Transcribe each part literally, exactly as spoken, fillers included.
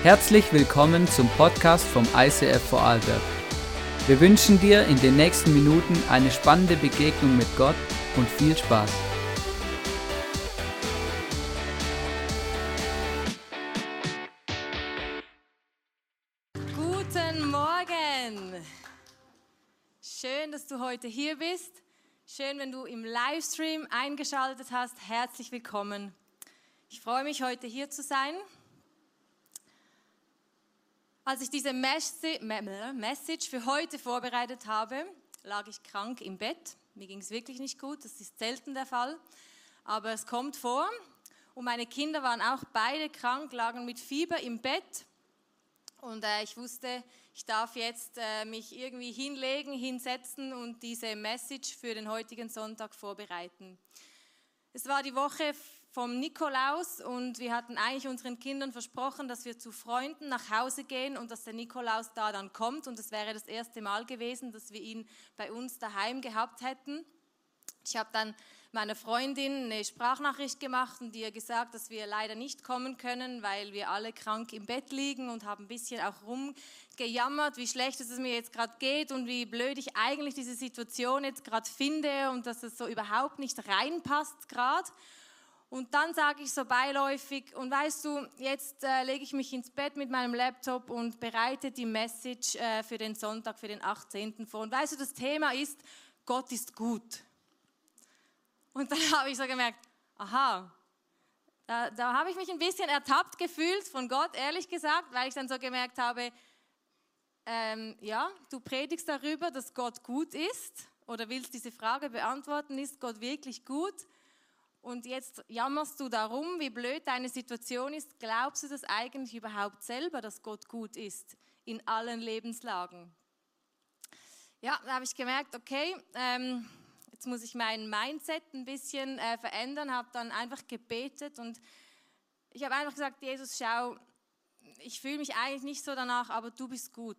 Herzlich willkommen zum Podcast vom I C F Vorarlberg. Wir wünschen dir in den nächsten Minuten eine spannende Begegnung mit Gott und viel Spaß. Guten Morgen! Schön, dass du heute hier bist. Schön, wenn du im Livestream eingeschaltet hast. Herzlich willkommen. Ich freue mich, heute hier zu sein. Als ich diese Message für heute vorbereitet habe, lag ich krank im Bett. Mir ging es wirklich nicht gut, das ist selten der Fall, aber es kommt vor. Und meine Kinder waren auch beide krank, lagen mit Fieber im Bett. Und äh, ich wusste, ich darf jetzt äh, mich irgendwie hinlegen, hinsetzen und diese Message für den heutigen Sonntag vorbereiten. Es war die Woche vom Nikolaus und wir hatten eigentlich unseren Kindern versprochen, dass wir zu Freunden nach Hause gehen und dass der Nikolaus da dann kommt. Und es wäre das erste Mal gewesen, dass wir ihn bei uns daheim gehabt hätten. Ich habe dann meiner Freundin eine Sprachnachricht gemacht und ihr gesagt, dass wir leider nicht kommen können, weil wir alle krank im Bett liegen, und habe ein bisschen auch rumgejammert, wie schlecht es mir jetzt gerade geht und wie blöd ich eigentlich diese Situation jetzt gerade finde und dass es so überhaupt nicht reinpasst gerade. Und dann sage ich so beiläufig, und weißt du, jetzt äh, lege ich mich ins Bett mit meinem Laptop und bereite die Message äh, für den Sonntag, für den achtzehnten vor. Und weißt du, das Thema ist, Gott ist gut. Und dann habe ich so gemerkt, aha, da, da habe ich mich ein bisschen ertappt gefühlt von Gott, ehrlich gesagt, weil ich dann so gemerkt habe, ähm, ja, du predigst darüber, dass Gott gut ist, oder willst diese Frage beantworten, ist Gott wirklich gut? Und jetzt jammerst du darum, wie blöd deine Situation ist. Glaubst du das eigentlich überhaupt selber, dass Gott gut ist in allen Lebenslagen? Ja, da habe ich gemerkt, okay, ähm, jetzt muss ich mein Mindset ein bisschen äh, verändern, habe dann einfach gebetet und ich habe einfach gesagt, Jesus, schau, ich fühle mich eigentlich nicht so danach, aber du bist gut.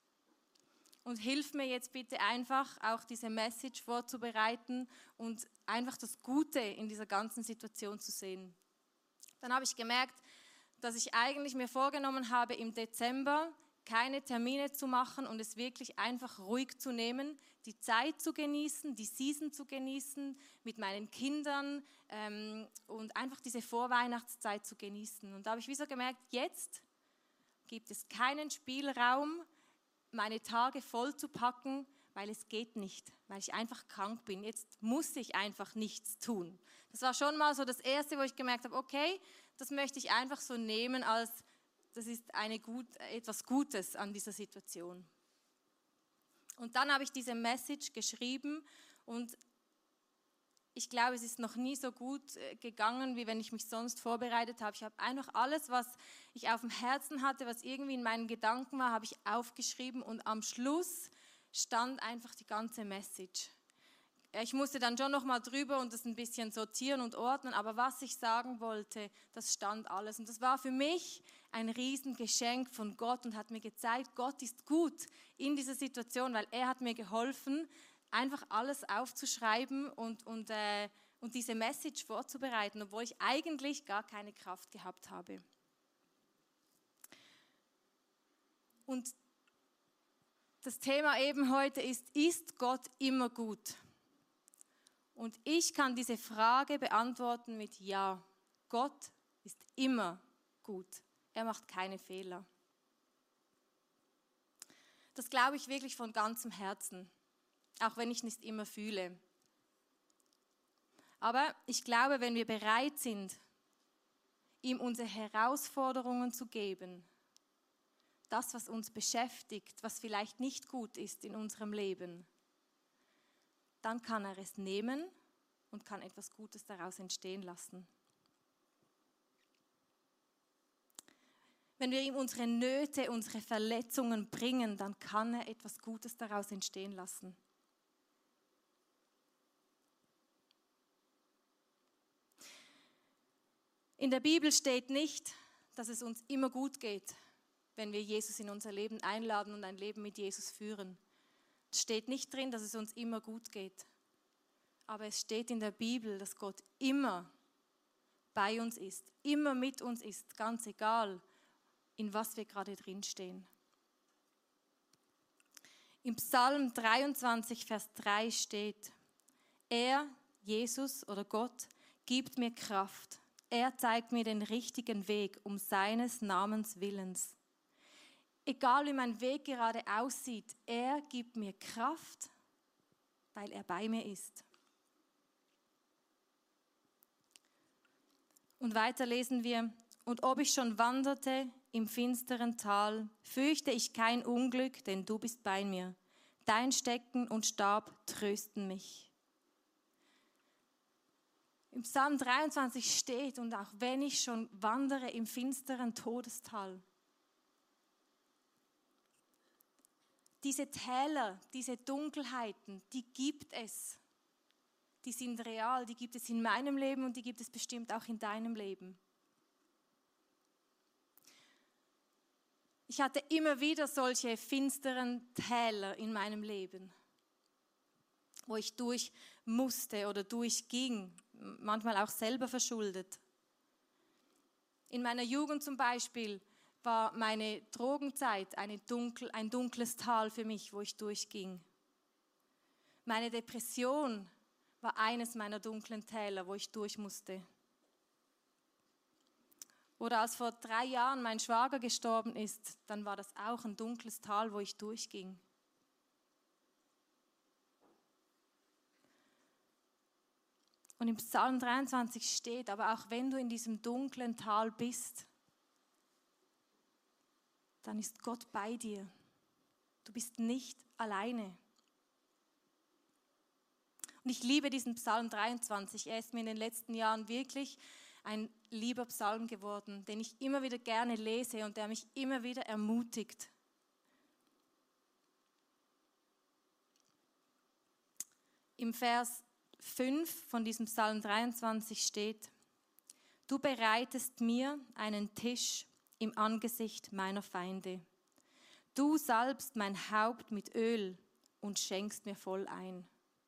Und hilf mir jetzt bitte einfach, auch diese Message vorzubereiten und einfach das Gute in dieser ganzen Situation zu sehen. Dann habe ich gemerkt, dass ich eigentlich mir vorgenommen habe, im Dezember keine Termine zu machen und es wirklich einfach ruhig zu nehmen, die Zeit zu genießen, die Season zu genießen mit meinen Kindern ähm, und einfach diese Vorweihnachtszeit zu genießen. Und da habe ich wie so gemerkt, jetzt gibt es keinen Spielraum, meine Tage voll zu packen, weil es geht nicht, weil ich einfach krank bin. Jetzt muss ich einfach nichts tun. Das war schon mal so das Erste, wo ich gemerkt habe, okay, das möchte ich einfach so nehmen, als das ist eine gut, etwas Gutes an dieser Situation. Und dann habe ich diese Message geschrieben und ich glaube, es ist noch nie so gut gegangen, wie wenn ich mich sonst vorbereitet habe. Ich habe einfach alles, was ich auf dem Herzen hatte, was irgendwie in meinen Gedanken war, habe ich aufgeschrieben und am Schluss stand einfach die ganze Message. Ich musste dann schon noch mal drüber und das ein bisschen sortieren und ordnen, aber was ich sagen wollte, das stand alles. Und das war für mich ein Riesengeschenk von Gott und hat mir gezeigt, Gott ist gut in dieser Situation, weil er hat mir geholfen, einfach alles aufzuschreiben und, und, äh, und diese Message vorzubereiten, obwohl ich eigentlich gar keine Kraft gehabt habe. Und das Thema eben heute ist, ist Gott immer gut? Und ich kann diese Frage beantworten mit Ja. Gott ist immer gut. Er macht keine Fehler. Das glaube ich wirklich von ganzem Herzen. Auch wenn ich es nicht immer fühle. Aber ich glaube, wenn wir bereit sind, ihm unsere Herausforderungen zu geben, das, was uns beschäftigt, was vielleicht nicht gut ist in unserem Leben, dann kann er es nehmen und kann etwas Gutes daraus entstehen lassen. Wenn wir ihm unsere Nöte, unsere Verletzungen bringen, dann kann er etwas Gutes daraus entstehen lassen. In der Bibel steht nicht, dass es uns immer gut geht, wenn wir Jesus in unser Leben einladen und ein Leben mit Jesus führen. Es steht nicht drin, dass es uns immer gut geht. Aber es steht in der Bibel, dass Gott immer bei uns ist, immer mit uns ist, ganz egal, in was wir gerade drinstehen. Im Psalm dreiundzwanzig, Vers drei steht: Er, Jesus oder Gott, gibt mir Kraft. Er zeigt mir den richtigen Weg um seines Namens Willens. Egal wie mein Weg gerade aussieht, er gibt mir Kraft, weil er bei mir ist. Und weiter lesen wir: Und ob ich schon wanderte im finsteren Tal, fürchte ich kein Unglück, denn du bist bei mir. Dein Stecken und Stab trösten mich. Im Psalm dreiundzwanzig steht: Und auch wenn ich schon wandere im finsteren Todestal, diese Täler, diese Dunkelheiten, die gibt es. Die sind real, die gibt es in meinem Leben und die gibt es bestimmt auch in deinem Leben. Ich hatte immer wieder solche finsteren Täler in meinem Leben, wo ich durch musste oder durchging, manchmal auch selber verschuldet. In meiner Jugend zum Beispiel war meine Drogenzeit eine dunkel, ein dunkles Tal für mich, wo ich durchging. Meine Depression war eines meiner dunklen Täler, wo ich durch musste. Oder als vor drei Jahren mein Schwager gestorben ist, dann war das auch ein dunkles Tal, wo ich durchging. Und im Psalm dreiundzwanzig steht: Aber auch wenn du in diesem dunklen Tal bist, dann ist Gott bei dir. Du bist nicht alleine. Und ich liebe diesen Psalm dreiundzwanzig. Er ist mir in den letzten Jahren wirklich ein lieber Psalm geworden, den ich immer wieder gerne lese und der mich immer wieder ermutigt. Im Vers fünf von diesem Psalm dreiundzwanzig steht: Du bereitest mir einen Tisch im Angesicht meiner Feinde. Du salbst mein Haupt mit Öl und schenkst mir voll ein.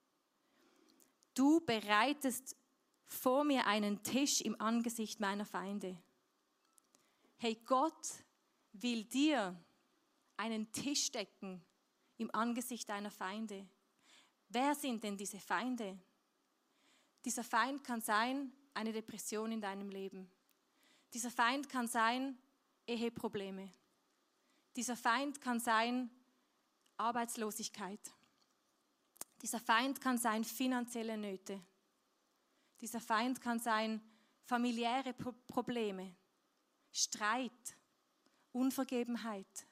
Du bereitest vor mir einen Tisch im Angesicht meiner Feinde. Hey, Gott will dir einen Tisch decken im Angesicht deiner Feinde. Wer sind denn diese Feinde? Dieser Feind kann sein, eine Depression in deinem Leben. Dieser Feind kann sein, Eheprobleme. Dieser Feind kann sein, Arbeitslosigkeit. Dieser Feind kann sein, finanzielle Nöte. Dieser Feind kann sein, familiäre Probleme, Streit, Unvergebenheit.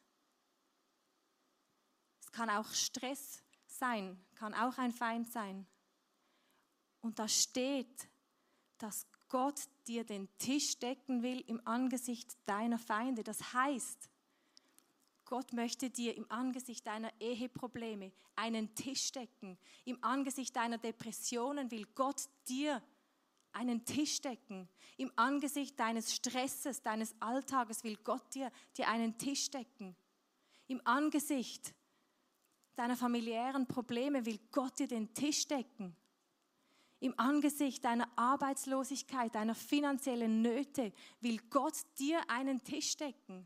Es kann auch Stress sein, kann auch ein Feind sein. Und da steht, dass Gott dir den Tisch decken will im Angesicht deiner Feinde. Das heißt, Gott möchte dir im Angesicht deiner Eheprobleme einen Tisch decken. Im Angesicht deiner Depressionen will Gott dir einen Tisch decken. Im Angesicht deines Stresses, deines Alltages will Gott dir, dir einen Tisch decken. Im Angesicht deiner familiären Probleme will Gott dir den Tisch decken. Im Angesicht deiner Arbeitslosigkeit, deiner finanziellen Nöte will Gott dir einen Tisch decken.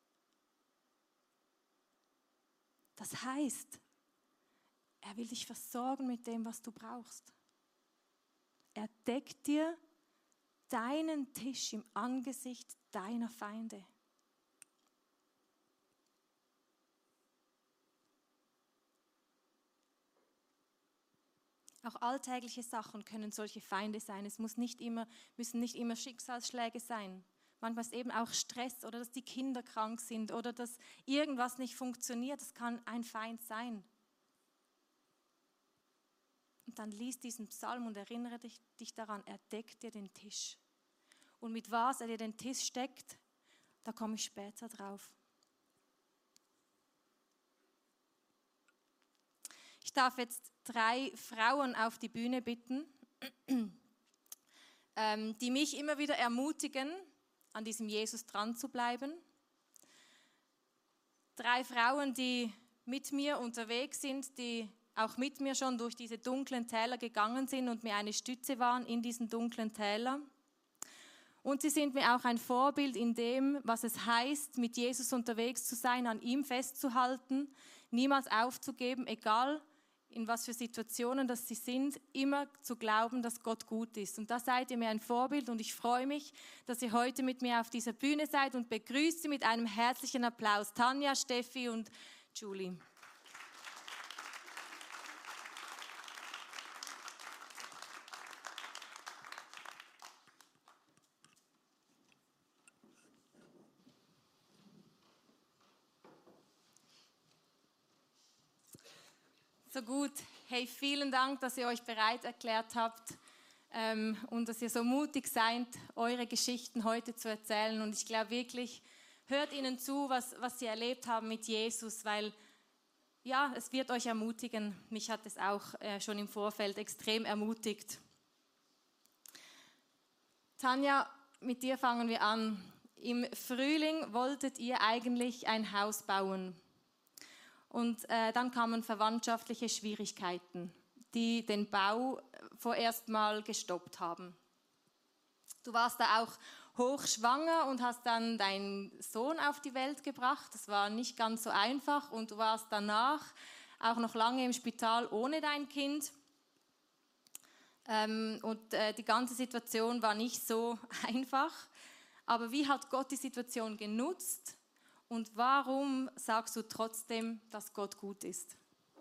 Das heißt, er will dich versorgen mit dem, was du brauchst. Er deckt dir deinen Tisch im Angesicht deiner Feinde. Auch alltägliche Sachen können solche Feinde sein. Es muss nicht immer, müssen nicht immer Schicksalsschläge sein. Manchmal ist eben auch Stress oder dass die Kinder krank sind oder dass irgendwas nicht funktioniert. Das kann ein Feind sein. Und dann lies diesen Psalm und erinnere dich, dich daran, er deckt dir den Tisch. Und mit was er dir den Tisch deckt, da komme ich später drauf. Ich darf jetzt drei Frauen auf die Bühne bitten, die mich immer wieder ermutigen, an diesem Jesus dran zu bleiben. Drei Frauen, die mit mir unterwegs sind, die auch mit mir schon durch diese dunklen Täler gegangen sind und mir eine Stütze waren in diesen dunklen Tälern. Und sie sind mir auch ein Vorbild in dem, was es heißt, mit Jesus unterwegs zu sein, an ihm festzuhalten, niemals aufzugeben, egal in was für Situationen das sie sind, immer zu glauben, dass Gott gut ist. Und da seid ihr mir ein Vorbild und ich freue mich, dass ihr heute mit mir auf dieser Bühne seid und begrüße sie mit einem herzlichen Applaus. Tanja, Steffi und Julie. So gut. Hey, vielen Dank, dass ihr euch bereit erklärt habt ähm, und dass ihr so mutig seid, eure Geschichten heute zu erzählen. Und ich glaube wirklich, hört ihnen zu, was, was sie erlebt haben mit Jesus, weil ja, es wird euch ermutigen. Mich hat es auch äh, schon im Vorfeld extrem ermutigt. Tanja, mit dir fangen wir an. Im Frühling wolltet ihr eigentlich ein Haus bauen. Und äh, dann kamen verwandtschaftliche Schwierigkeiten, die den Bau vorerst mal gestoppt haben. Du warst da auch hochschwanger und hast dann deinen Sohn auf die Welt gebracht. Das war nicht ganz so einfach und du warst danach auch noch lange im Spital ohne dein Kind. Ähm, und äh, die ganze Situation war nicht so einfach. Aber wie hat Gott die Situation genutzt? Und warum sagst du trotzdem, dass Gott gut ist?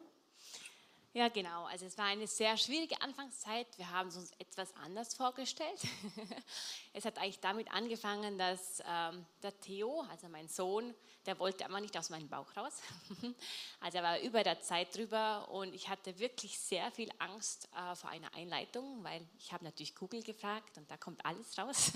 Ja, genau. Also es war eine sehr schwierige Anfangszeit. Wir haben es uns etwas anders vorgestellt. Es hat eigentlich damit angefangen, dass ähm, der Theo, also mein Sohn, der wollte einfach nicht aus meinem Bauch raus. Also er war über der Zeit drüber und ich hatte wirklich sehr viel Angst äh, vor einer Einleitung, weil ich habe natürlich Google gefragt und da kommt alles raus.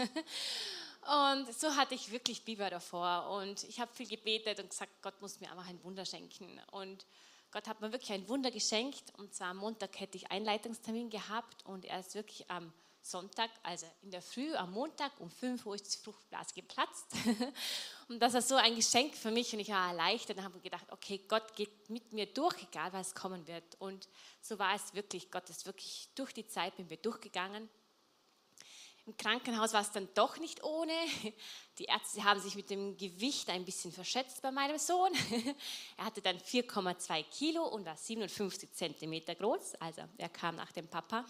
Und so hatte ich wirklich Biber davor und ich habe viel gebetet und gesagt, Gott muss mir einfach ein Wunder schenken. Und Gott hat mir wirklich ein Wunder geschenkt und zwar am Montag hätte ich Einleitungstermin gehabt und er ist wirklich am Sonntag, also in der Früh am Montag um fünf Uhr ist die Fruchtblase geplatzt. Und das war so ein Geschenk für mich und ich war erleichtert und habe gedacht, okay, Gott geht mit mir durch, egal was kommen wird. Und so war es wirklich, Gott ist wirklich durch die Zeit mit mir durchgegangen. Im Krankenhaus war es dann doch nicht ohne. Die Ärzte haben sich mit dem Gewicht ein bisschen verschätzt bei meinem Sohn. Er hatte dann vier Komma zwei Kilo und war siebenundfünfzig Zentimeter groß. Also er kam nach dem Papa.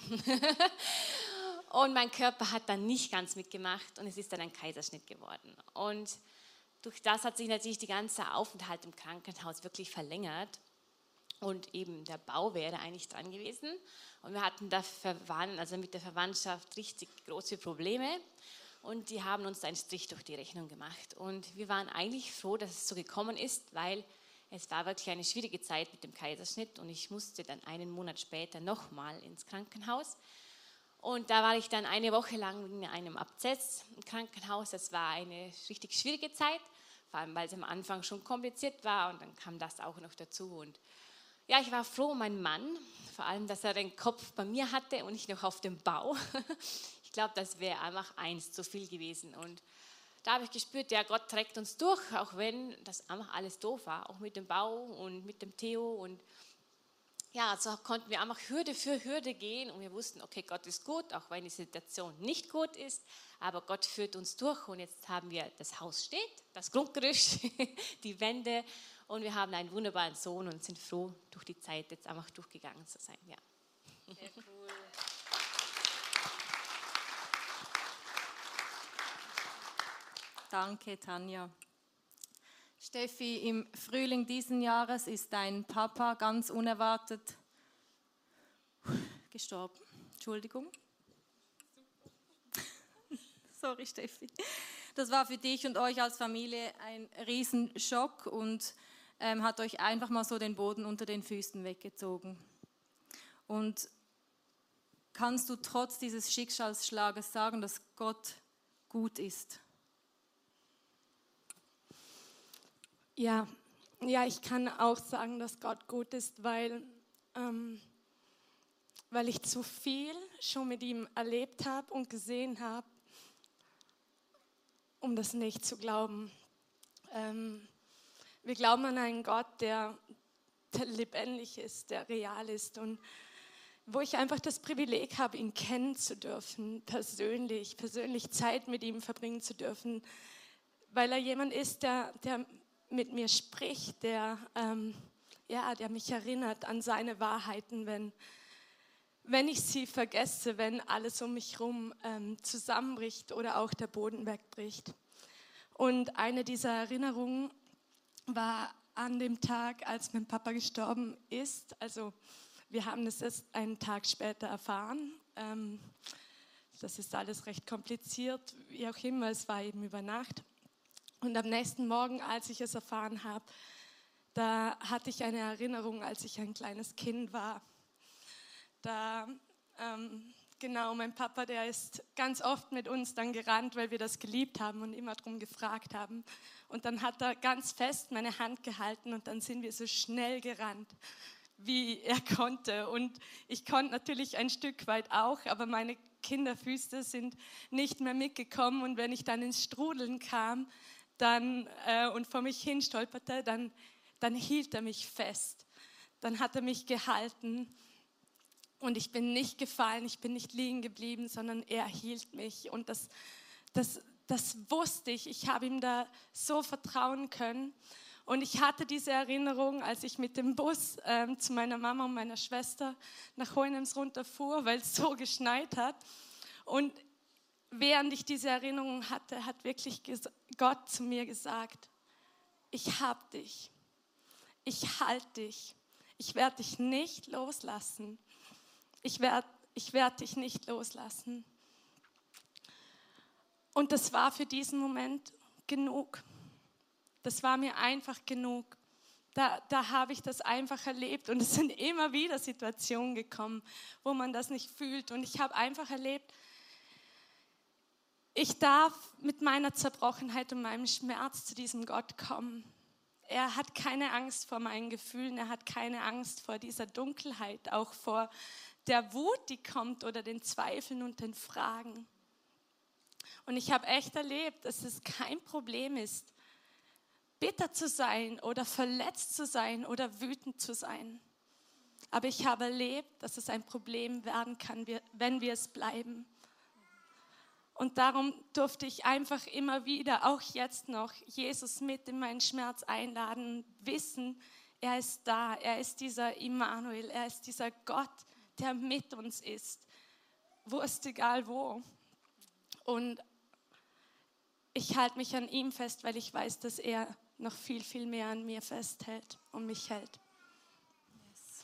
Und mein Körper hat dann nicht ganz mitgemacht und es ist dann ein Kaiserschnitt geworden. Und durch das hat sich natürlich der ganze Aufenthalt im Krankenhaus wirklich verlängert. Und eben der Bau wäre eigentlich dran gewesen. Und wir hatten da Verwand- also mit der Verwandtschaft richtig große Probleme. Und die haben uns einen Strich durch die Rechnung gemacht. Und wir waren eigentlich froh, dass es so gekommen ist, weil es war wirklich eine schwierige Zeit mit dem Kaiserschnitt. Und ich musste dann einen Monat später nochmal ins Krankenhaus. Und da war ich dann eine Woche lang in einem Abszess im Krankenhaus. Das war eine richtig schwierige Zeit, vor allem weil es am Anfang schon kompliziert war. Und dann kam das auch noch dazu. Und ja, ich war froh um meinen Mann, vor allem, dass er den Kopf bei mir hatte und nicht noch auf dem Bau. Ich glaube, das wäre einfach eins zu viel gewesen. Und da habe ich gespürt, ja, Gott trägt uns durch, auch wenn das einfach alles doof war, auch mit dem Bau und mit dem Theo. Und ja, so konnten wir einfach Hürde für Hürde gehen und wir wussten, okay, Gott ist gut, auch wenn die Situation nicht gut ist, aber Gott führt uns durch und jetzt haben wir, das Haus steht, das Grundgerüst, die Wände. Und wir haben einen wunderbaren Sohn und sind froh, durch die Zeit jetzt einfach durchgegangen zu sein. Ja. Sehr cool. Danke, Tanja. Steffi, im Frühling diesen Jahres ist dein Papa ganz unerwartet gestorben. Entschuldigung. Sorry, Steffi. Das war für dich und euch als Familie ein Riesenschock und ähm, hat euch einfach mal so den Boden unter den Füßen weggezogen. Und kannst du trotz dieses Schicksalsschlages sagen, dass Gott gut ist? Ja, ja, ich kann auch sagen, dass Gott gut ist, weil, ähm, weil ich zu viel schon mit ihm erlebt habe und gesehen habe, um das nicht zu glauben. Ähm, wir glauben an einen Gott, der, der lebendig ist, der real ist. Und wo ich einfach das Privileg habe, ihn kennen zu dürfen, persönlich, persönlich Zeit mit ihm verbringen zu dürfen, weil er jemand ist, der, der mit mir spricht, der, ähm, ja, der mich erinnert an seine Wahrheiten, wenn, wenn ich sie vergesse, wenn alles um mich herum ähm, zusammenbricht oder auch der Boden wegbricht. Und eine dieser Erinnerungen war an dem Tag, als mein Papa gestorben ist. Also wir haben es erst einen Tag später erfahren. Ähm, das ist alles recht kompliziert, wie auch immer, es war eben über Nacht. Und am nächsten Morgen, als ich es erfahren habe, da hatte ich eine Erinnerung, als ich ein kleines Kind war. Da, ähm, genau, mein Papa, der ist ganz oft mit uns dann gerannt, weil wir das geliebt haben und immer darum gefragt haben. Und dann hat er ganz fest meine Hand gehalten und dann sind wir so schnell gerannt, wie er konnte. Und ich konnte natürlich ein Stück weit auch, aber meine Kinderfüße sind nicht mehr mitgekommen. Und wenn ich dann ins Strudeln kam dann, äh, und vor mich hin stolperte, dann, dann hielt er mich fest. Dann hat er mich gehalten und ich bin nicht gefallen, ich bin nicht liegen geblieben, sondern er hielt mich. Und das, das, das wusste ich, ich habe ihm da so vertrauen können. Und ich hatte diese Erinnerung, als ich mit dem Bus ähm, zu meiner Mama und meiner Schwester nach Hohenems runterfuhr, weil es so geschneit hat. Und während ich diese Erinnerung hatte, hat wirklich Gott zu mir gesagt, ich habe dich, ich halte dich, ich werde dich nicht loslassen, ich werde ich werd dich nicht loslassen. Und das war für diesen Moment genug. Das war mir einfach genug. Da, da habe ich das einfach erlebt und es sind immer wieder Situationen gekommen, wo man das nicht fühlt. Und ich habe einfach erlebt, ich darf mit meiner Zerbrochenheit und meinem Schmerz zu diesem Gott kommen. Er hat keine Angst vor meinen Gefühlen, er hat keine Angst vor dieser Dunkelheit, auch vor der Wut, die kommt oder den Zweifeln und den Fragen. Und ich habe echt erlebt, dass es kein Problem ist, bitter zu sein oder verletzt zu sein oder wütend zu sein. Aber ich habe erlebt, dass es ein Problem werden kann, wenn wir es bleiben. Und darum durfte ich einfach immer wieder, auch jetzt noch, Jesus mit in meinen Schmerz einladen, wissen, er ist da, er ist dieser Immanuel, er ist dieser Gott, der mit uns ist, wo ist egal wo. Und ich halte mich an ihm fest, weil ich weiß, dass er noch viel, viel mehr an mir festhält und mich hält. Yes.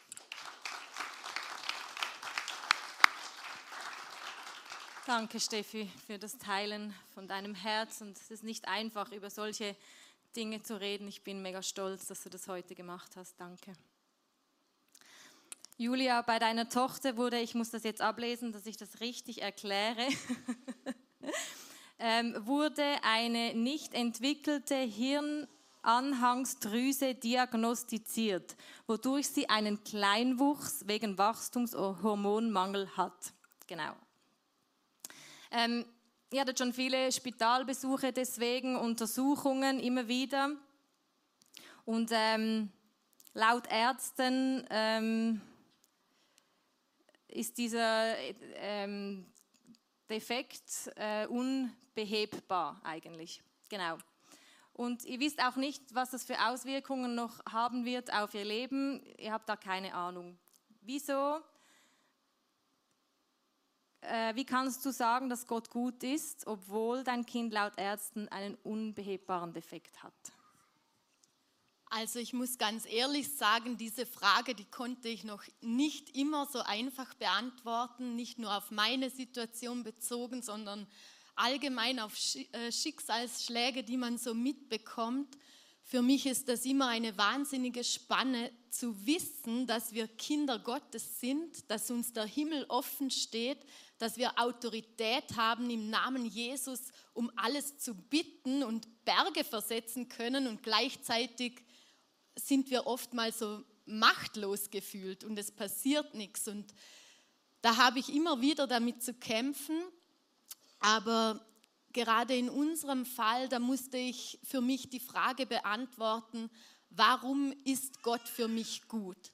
Danke, Steffi, für das Teilen von deinem Herz. Und es ist nicht einfach, über solche Dinge zu reden. Ich bin mega stolz, dass du das heute gemacht hast. Danke. Julia, bei deiner Tochter wurde, ich muss das jetzt ablesen, dass ich das richtig erkläre, ähm, wurde eine nicht entwickelte Hirnanhangsdrüse diagnostiziert, wodurch sie einen Kleinwuchs wegen Wachstumshormonmangel hat. Genau. Ähm, ihr hattet schon viele Spitalbesuche deswegen, Untersuchungen immer wieder. Und ähm, laut Ärzten ähm, ist dieser ähm, Defekt äh, unbehebbar eigentlich. Genau. Und ihr wisst auch nicht, was das für Auswirkungen noch haben wird auf ihr Leben. Ihr habt da keine Ahnung. Wieso? Äh, wie kannst du sagen, dass Gott gut ist, obwohl dein Kind laut Ärzten einen unbehebbaren Defekt hat? Also ich muss ganz ehrlich sagen, diese Frage, die konnte ich noch nicht immer so einfach beantworten, nicht nur auf meine Situation bezogen, sondern allgemein auf Schicksalsschläge, die man so mitbekommt. Für mich ist das immer eine wahnsinnige Spanne zu wissen, dass wir Kinder Gottes sind, dass uns der Himmel offen steht, dass wir Autorität haben im Namen Jesus, um alles zu bitten und Berge versetzen können, und gleichzeitig sind wir oftmals so machtlos gefühlt und es passiert nichts. Und da habe ich immer wieder damit zu kämpfen. Aber gerade in unserem Fall, da musste ich für mich die Frage beantworten, warum ist Gott für mich gut?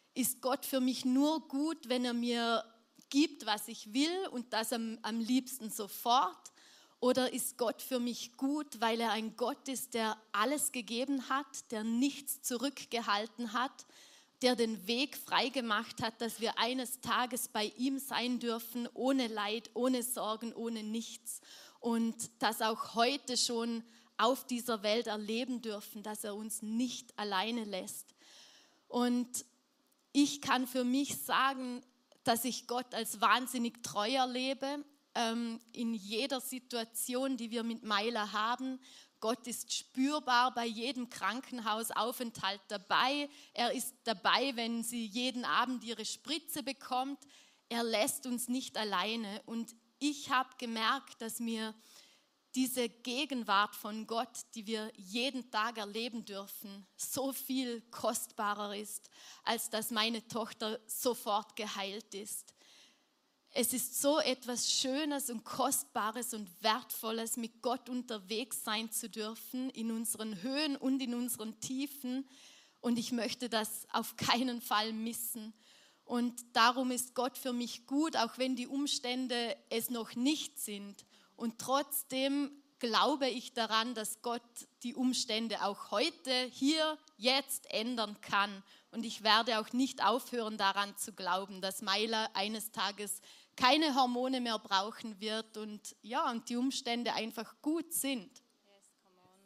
Ist Gott für mich nur gut, wenn er mir gibt, was ich will und das am, am liebsten sofort? Oder ist Gott für mich gut, weil er ein Gott ist, der alles gegeben hat, der nichts zurückgehalten hat, der den Weg freigemacht hat, dass wir eines Tages bei ihm sein dürfen, ohne Leid, ohne Sorgen, ohne nichts. Und das auch heute schon auf dieser Welt erleben dürfen, dass er uns nicht alleine lässt. Und ich kann für mich sagen, dass ich Gott als wahnsinnig treu erlebe, ähm, in jeder Situation, die wir mit Maila haben. Gott ist spürbar bei jedem Krankenhausaufenthalt dabei. Er ist dabei, wenn sie jeden Abend ihre Spritze bekommt. Er lässt uns nicht alleine. Und ich habe gemerkt, dass mir diese Gegenwart von Gott, die wir jeden Tag erleben dürfen, so viel kostbarer ist, als dass meine Tochter sofort geheilt ist. Es ist so etwas Schönes und Kostbares und Wertvolles, mit Gott unterwegs sein zu dürfen, in unseren Höhen und in unseren Tiefen. Und ich möchte das auf keinen Fall missen. Und darum ist Gott für mich gut, auch wenn die Umstände es noch nicht sind. Und trotzdem glaube ich daran, dass Gott die Umstände auch heute, hier, jetzt ändern kann. Und ich werde auch nicht aufhören, daran zu glauben, dass Maila eines Tages keine Hormone mehr brauchen wird und, ja, und die Umstände einfach gut sind. Yes, come on.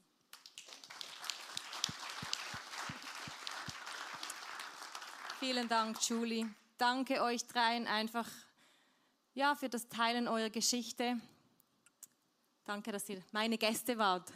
Vielen Dank, Julie. Danke euch dreien einfach, ja, für das Teilen eurer Geschichte. Danke, dass ihr meine Gäste wart.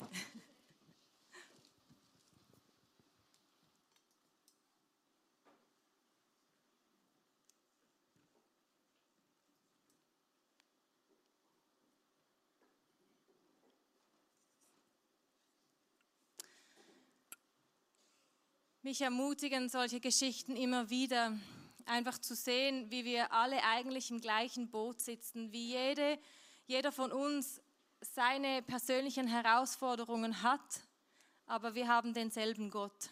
Mich ermutigen solche Geschichten immer wieder, einfach zu sehen, wie wir alle eigentlich im gleichen Boot sitzen, wie jede, jeder von uns seine persönlichen Herausforderungen hat, aber wir haben denselben Gott.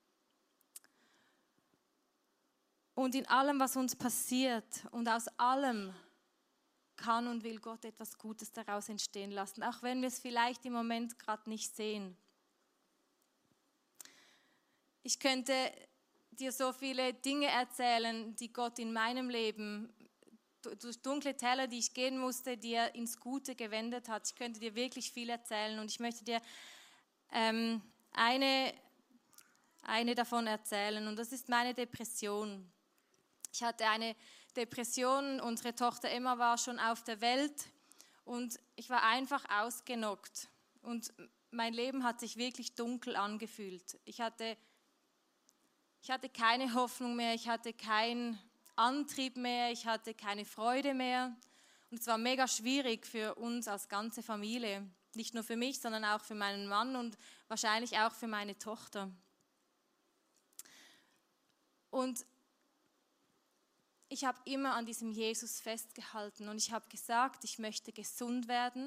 Und in allem, was uns passiert und aus allem kann und will Gott etwas Gutes daraus entstehen lassen, auch wenn wir es vielleicht im Moment gerade nicht sehen. Ich könnte dir so viele Dinge erzählen, die Gott in meinem Leben, durch dunkle Täler, die ich gehen musste, die er ins Gute gewendet hat. Ich könnte dir wirklich viel erzählen und ich möchte dir ähm, eine, eine davon erzählen und das ist meine Depression. Ich hatte eine Depression, unsere Tochter Emma war schon auf der Welt und ich war einfach ausgenockt und mein Leben hat sich wirklich dunkel angefühlt. Ich hatte, ich hatte keine Hoffnung mehr, ich hatte keinen Antrieb mehr, ich hatte keine Freude mehr und es war mega schwierig für uns als ganze Familie, nicht nur für mich, sondern auch für meinen Mann und wahrscheinlich auch für meine Tochter. Und ich habe immer an diesem Jesus festgehalten und ich habe gesagt, ich möchte gesund werden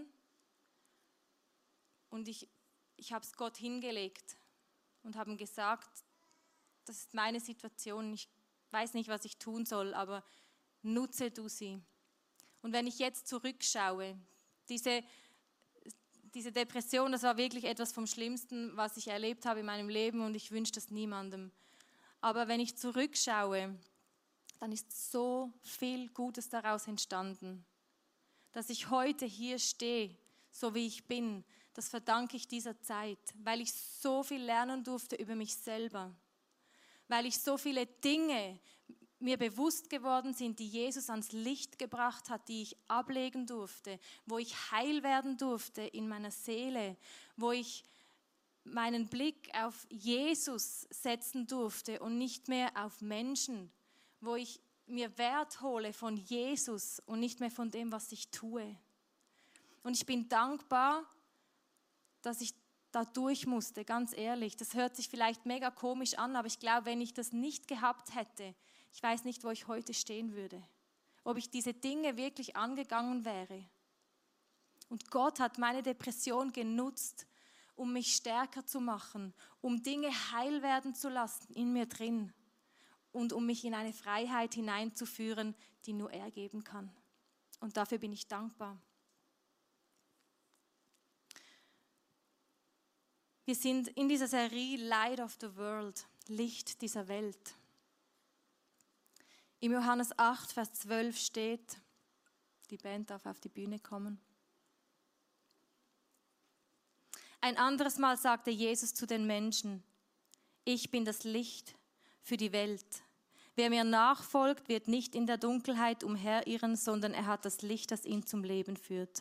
und ich, ich habe es Gott hingelegt und habe ihm gesagt, das ist meine Situation, ich weiß nicht, was ich tun soll, aber nutze du sie. Und wenn ich jetzt zurückschaue, diese, diese Depression, das war wirklich etwas vom Schlimmsten, was ich erlebt habe in meinem Leben und ich wünsche das niemandem. Aber wenn ich zurückschaue, dann ist so viel Gutes daraus entstanden. Dass ich heute hier stehe, so wie ich bin, das verdanke ich dieser Zeit, weil ich so viel lernen durfte über mich selber. Weil ich so viele Dinge mir bewusst geworden sind, die Jesus ans Licht gebracht hat, die ich ablegen durfte, wo ich heil werden durfte in meiner Seele, wo ich meinen Blick auf Jesus setzen durfte und nicht mehr auf Menschen, wo ich mir Wert hole von Jesus und nicht mehr von dem, was ich tue. Und ich bin dankbar, dass ich da durch musste, ganz ehrlich. Das hört sich vielleicht mega komisch an, aber ich glaube, wenn ich das nicht gehabt hätte, ich weiß nicht, wo ich heute stehen würde. Ob ich diese Dinge wirklich angegangen wäre. Und Gott hat meine Depression genutzt, um mich stärker zu machen, um Dinge heil werden zu lassen in mir drin. und um mich in eine Freiheit hineinzuführen, die nur er geben kann. Und dafür bin ich dankbar. Wir sind in dieser Serie Light of the World, Licht dieser Welt. Im Johannes acht, Vers zwölf steht, die Band darf auf die Bühne kommen. Ein anderes Mal sagte Jesus zu den Menschen, ich bin das Licht für die Welt. Wer mir nachfolgt, wird nicht in der Dunkelheit umherirren, sondern er hat das Licht, das ihn zum Leben führt.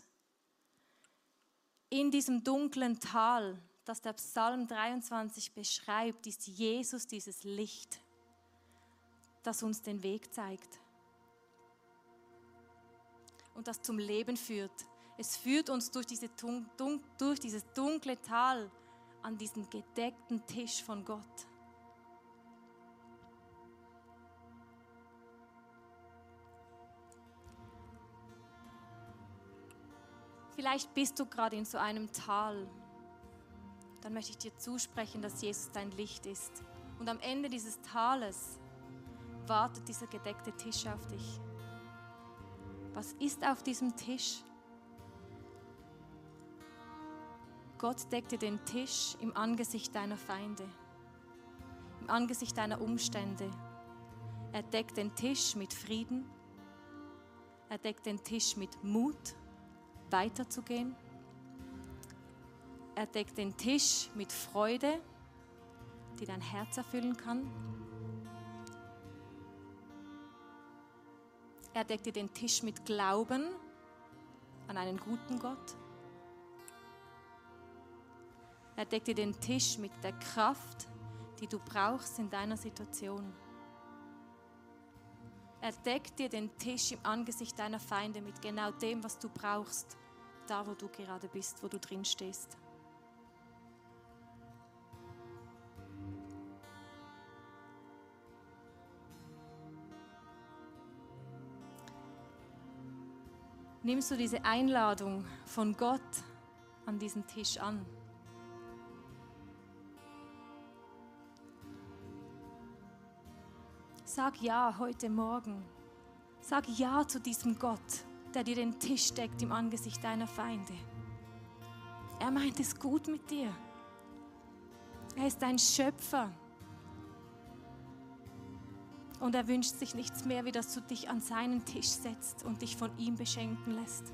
In diesem dunklen Tal, das der Psalm dreiundzwanzig beschreibt, ist Jesus dieses Licht, das uns den Weg zeigt und das zum Leben führt. Es führt uns durch, diese dun- dun- durch dieses dunkle Tal an diesen gedeckten Tisch von Gott. Vielleicht bist du gerade in so einem Tal. Dann möchte ich dir zusprechen, dass Jesus dein Licht ist. Und am Ende dieses Tales wartet dieser gedeckte Tisch auf dich. Was ist auf diesem Tisch? Gott deckt dir den Tisch im Angesicht deiner Feinde, im Angesicht deiner Umstände. Er deckt den Tisch mit Frieden. Er deckt den Tisch mit Mut, weiterzugehen. Er deckt den Tisch mit Freude, die dein Herz erfüllen kann. Er deckt dir den Tisch mit Glauben an einen guten Gott. Er deckt dir den Tisch mit der Kraft, die du brauchst in deiner Situation. Er deckt dir den Tisch im Angesicht deiner Feinde mit genau dem, was du brauchst, da wo du gerade bist, wo du drin stehst. Nimmst du diese Einladung von Gott an diesen Tisch an? Sag ja heute Morgen. Sag ja zu diesem Gott, der dir den Tisch deckt im Angesicht deiner Feinde. Er meint es gut mit dir. Er ist dein Schöpfer. Und er wünscht sich nichts mehr, wie dass du dich an seinen Tisch setzt und dich von ihm beschenken lässt.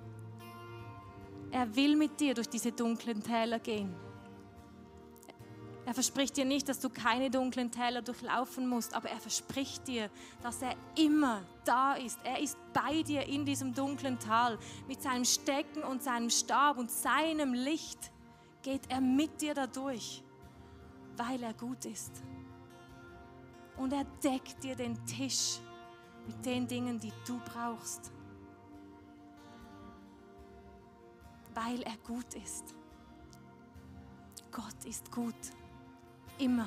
Er will mit dir durch diese dunklen Täler gehen. Er verspricht dir nicht, dass du keine dunklen Täler durchlaufen musst, aber er verspricht dir, dass er immer da ist. Er ist bei dir in diesem dunklen Tal. Mit seinem Stecken und seinem Stab und seinem Licht geht er mit dir da durch, weil er gut ist. Und er deckt dir den Tisch mit den Dingen, die du brauchst, weil er gut ist. Gott ist gut. Immer.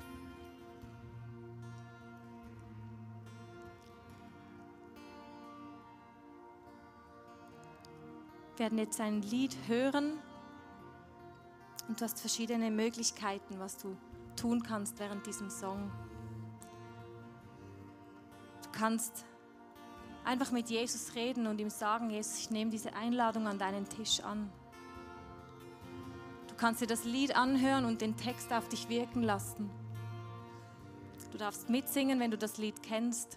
Wir werden jetzt ein Lied hören und du hast verschiedene Möglichkeiten, was du tun kannst während diesem Song. Du kannst einfach mit Jesus reden und ihm sagen, Jesus, ich nehme diese Einladung an deinen Tisch an. Du kannst dir das Lied anhören und den Text auf dich wirken lassen. Du darfst mitsingen, wenn du das Lied kennst.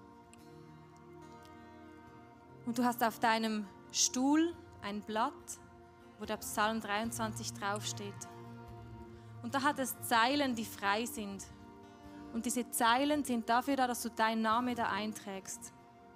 Und du hast auf deinem Stuhl ein Blatt, wo der Psalm dreiundzwanzig draufsteht. Und da hat es Zeilen, die frei sind. Und diese Zeilen sind dafür da, dass du deinen Namen da einträgst.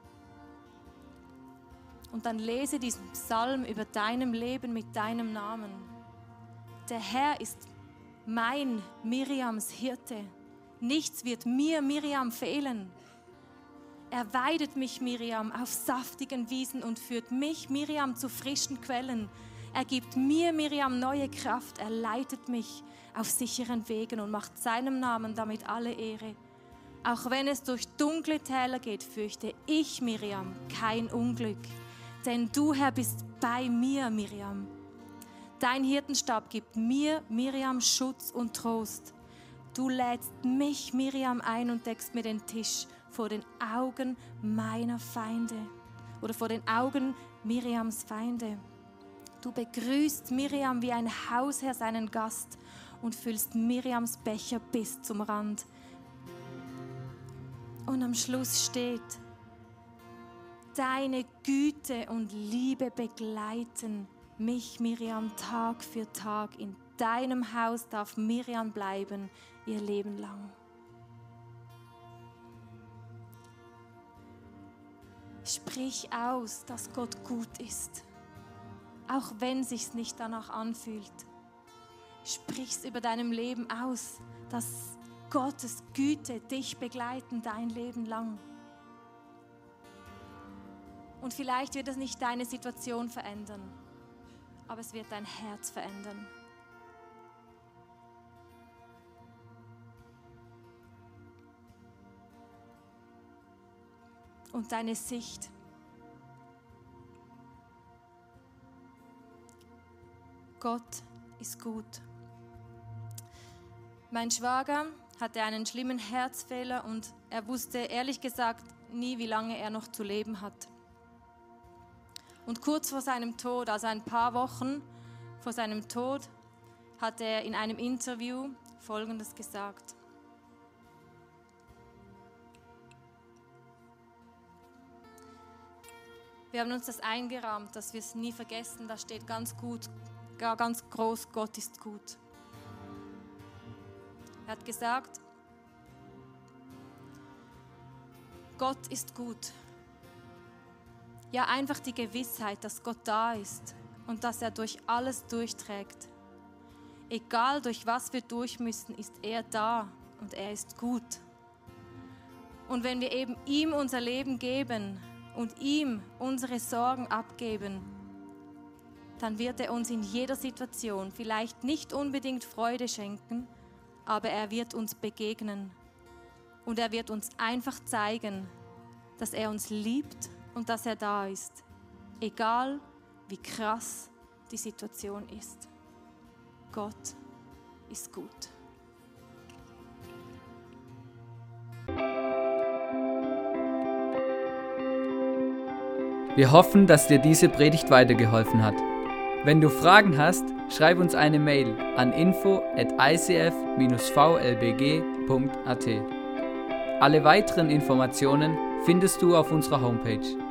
Und dann lese diesen Psalm über deinem Leben mit deinem Namen. Der Herr ist mein Miriams Hirte. Nichts wird mir, Miriam, fehlen. Er weidet mich, Miriam, auf saftigen Wiesen und führt mich, Miriam, zu frischen Quellen. Er gibt mir, Miriam, neue Kraft. Er leitet mich auf sicheren Wegen und macht seinem Namen damit alle Ehre. Auch wenn es durch dunkle Täler geht, fürchte ich, Miriam, kein Unglück. Denn du, Herr, bist bei mir, Miriam. Dein Hirtenstab gibt mir, Miriam, Schutz und Trost. Du du lädst mich, Miriam, ein und deckst mir den Tisch vor den Augen meiner Feinde oder vor den Augen Miriams Feinde. Du begrüßt Miriam wie ein Hausherr seinen Gast und füllst Miriams Becher bis zum Rand. Und am Schluss steht: Deine Güte und Liebe begleiten mich, Miriam, Tag für Tag. In deinem Haus darf Miriam bleiben, ihr Leben lang. Sprich aus, dass Gott gut ist, auch wenn es sich nicht danach anfühlt. Sprich es über deinem Leben aus, dass Gottes Güte dich begleiten dein Leben lang. Und vielleicht wird es nicht deine Situation verändern, aber es wird dein Herz verändern. Und deine Sicht. Gott ist gut. Mein Schwager hatte einen schlimmen Herzfehler und er wusste ehrlich gesagt nie, wie lange er noch zu leben hat. Und kurz vor seinem Tod, also ein paar Wochen vor seinem Tod, hat er in einem Interview Folgendes gesagt: Wir haben uns das eingerahmt, dass wir es nie vergessen. Da steht ganz gut, ganz groß: Gott ist gut. Er hat gesagt: Gott ist gut. Ja, einfach die Gewissheit, dass Gott da ist und dass er durch alles durchträgt. Egal durch was wir durch müssen, ist er da und er ist gut. Und wenn wir eben ihm unser Leben geben und ihm unsere Sorgen abgeben, dann wird er uns in jeder Situation vielleicht nicht unbedingt Freude schenken, aber er wird uns begegnen. Und er wird uns einfach zeigen, dass er uns liebt und dass er da ist, egal wie krass die Situation ist. Gott ist gut. Wir hoffen, dass dir diese Predigt weitergeholfen hat. Wenn du Fragen hast, schreib uns eine Mail an info at i c f dash v l b g punkt a t. Alle weiteren Informationen findest du auf unserer Homepage.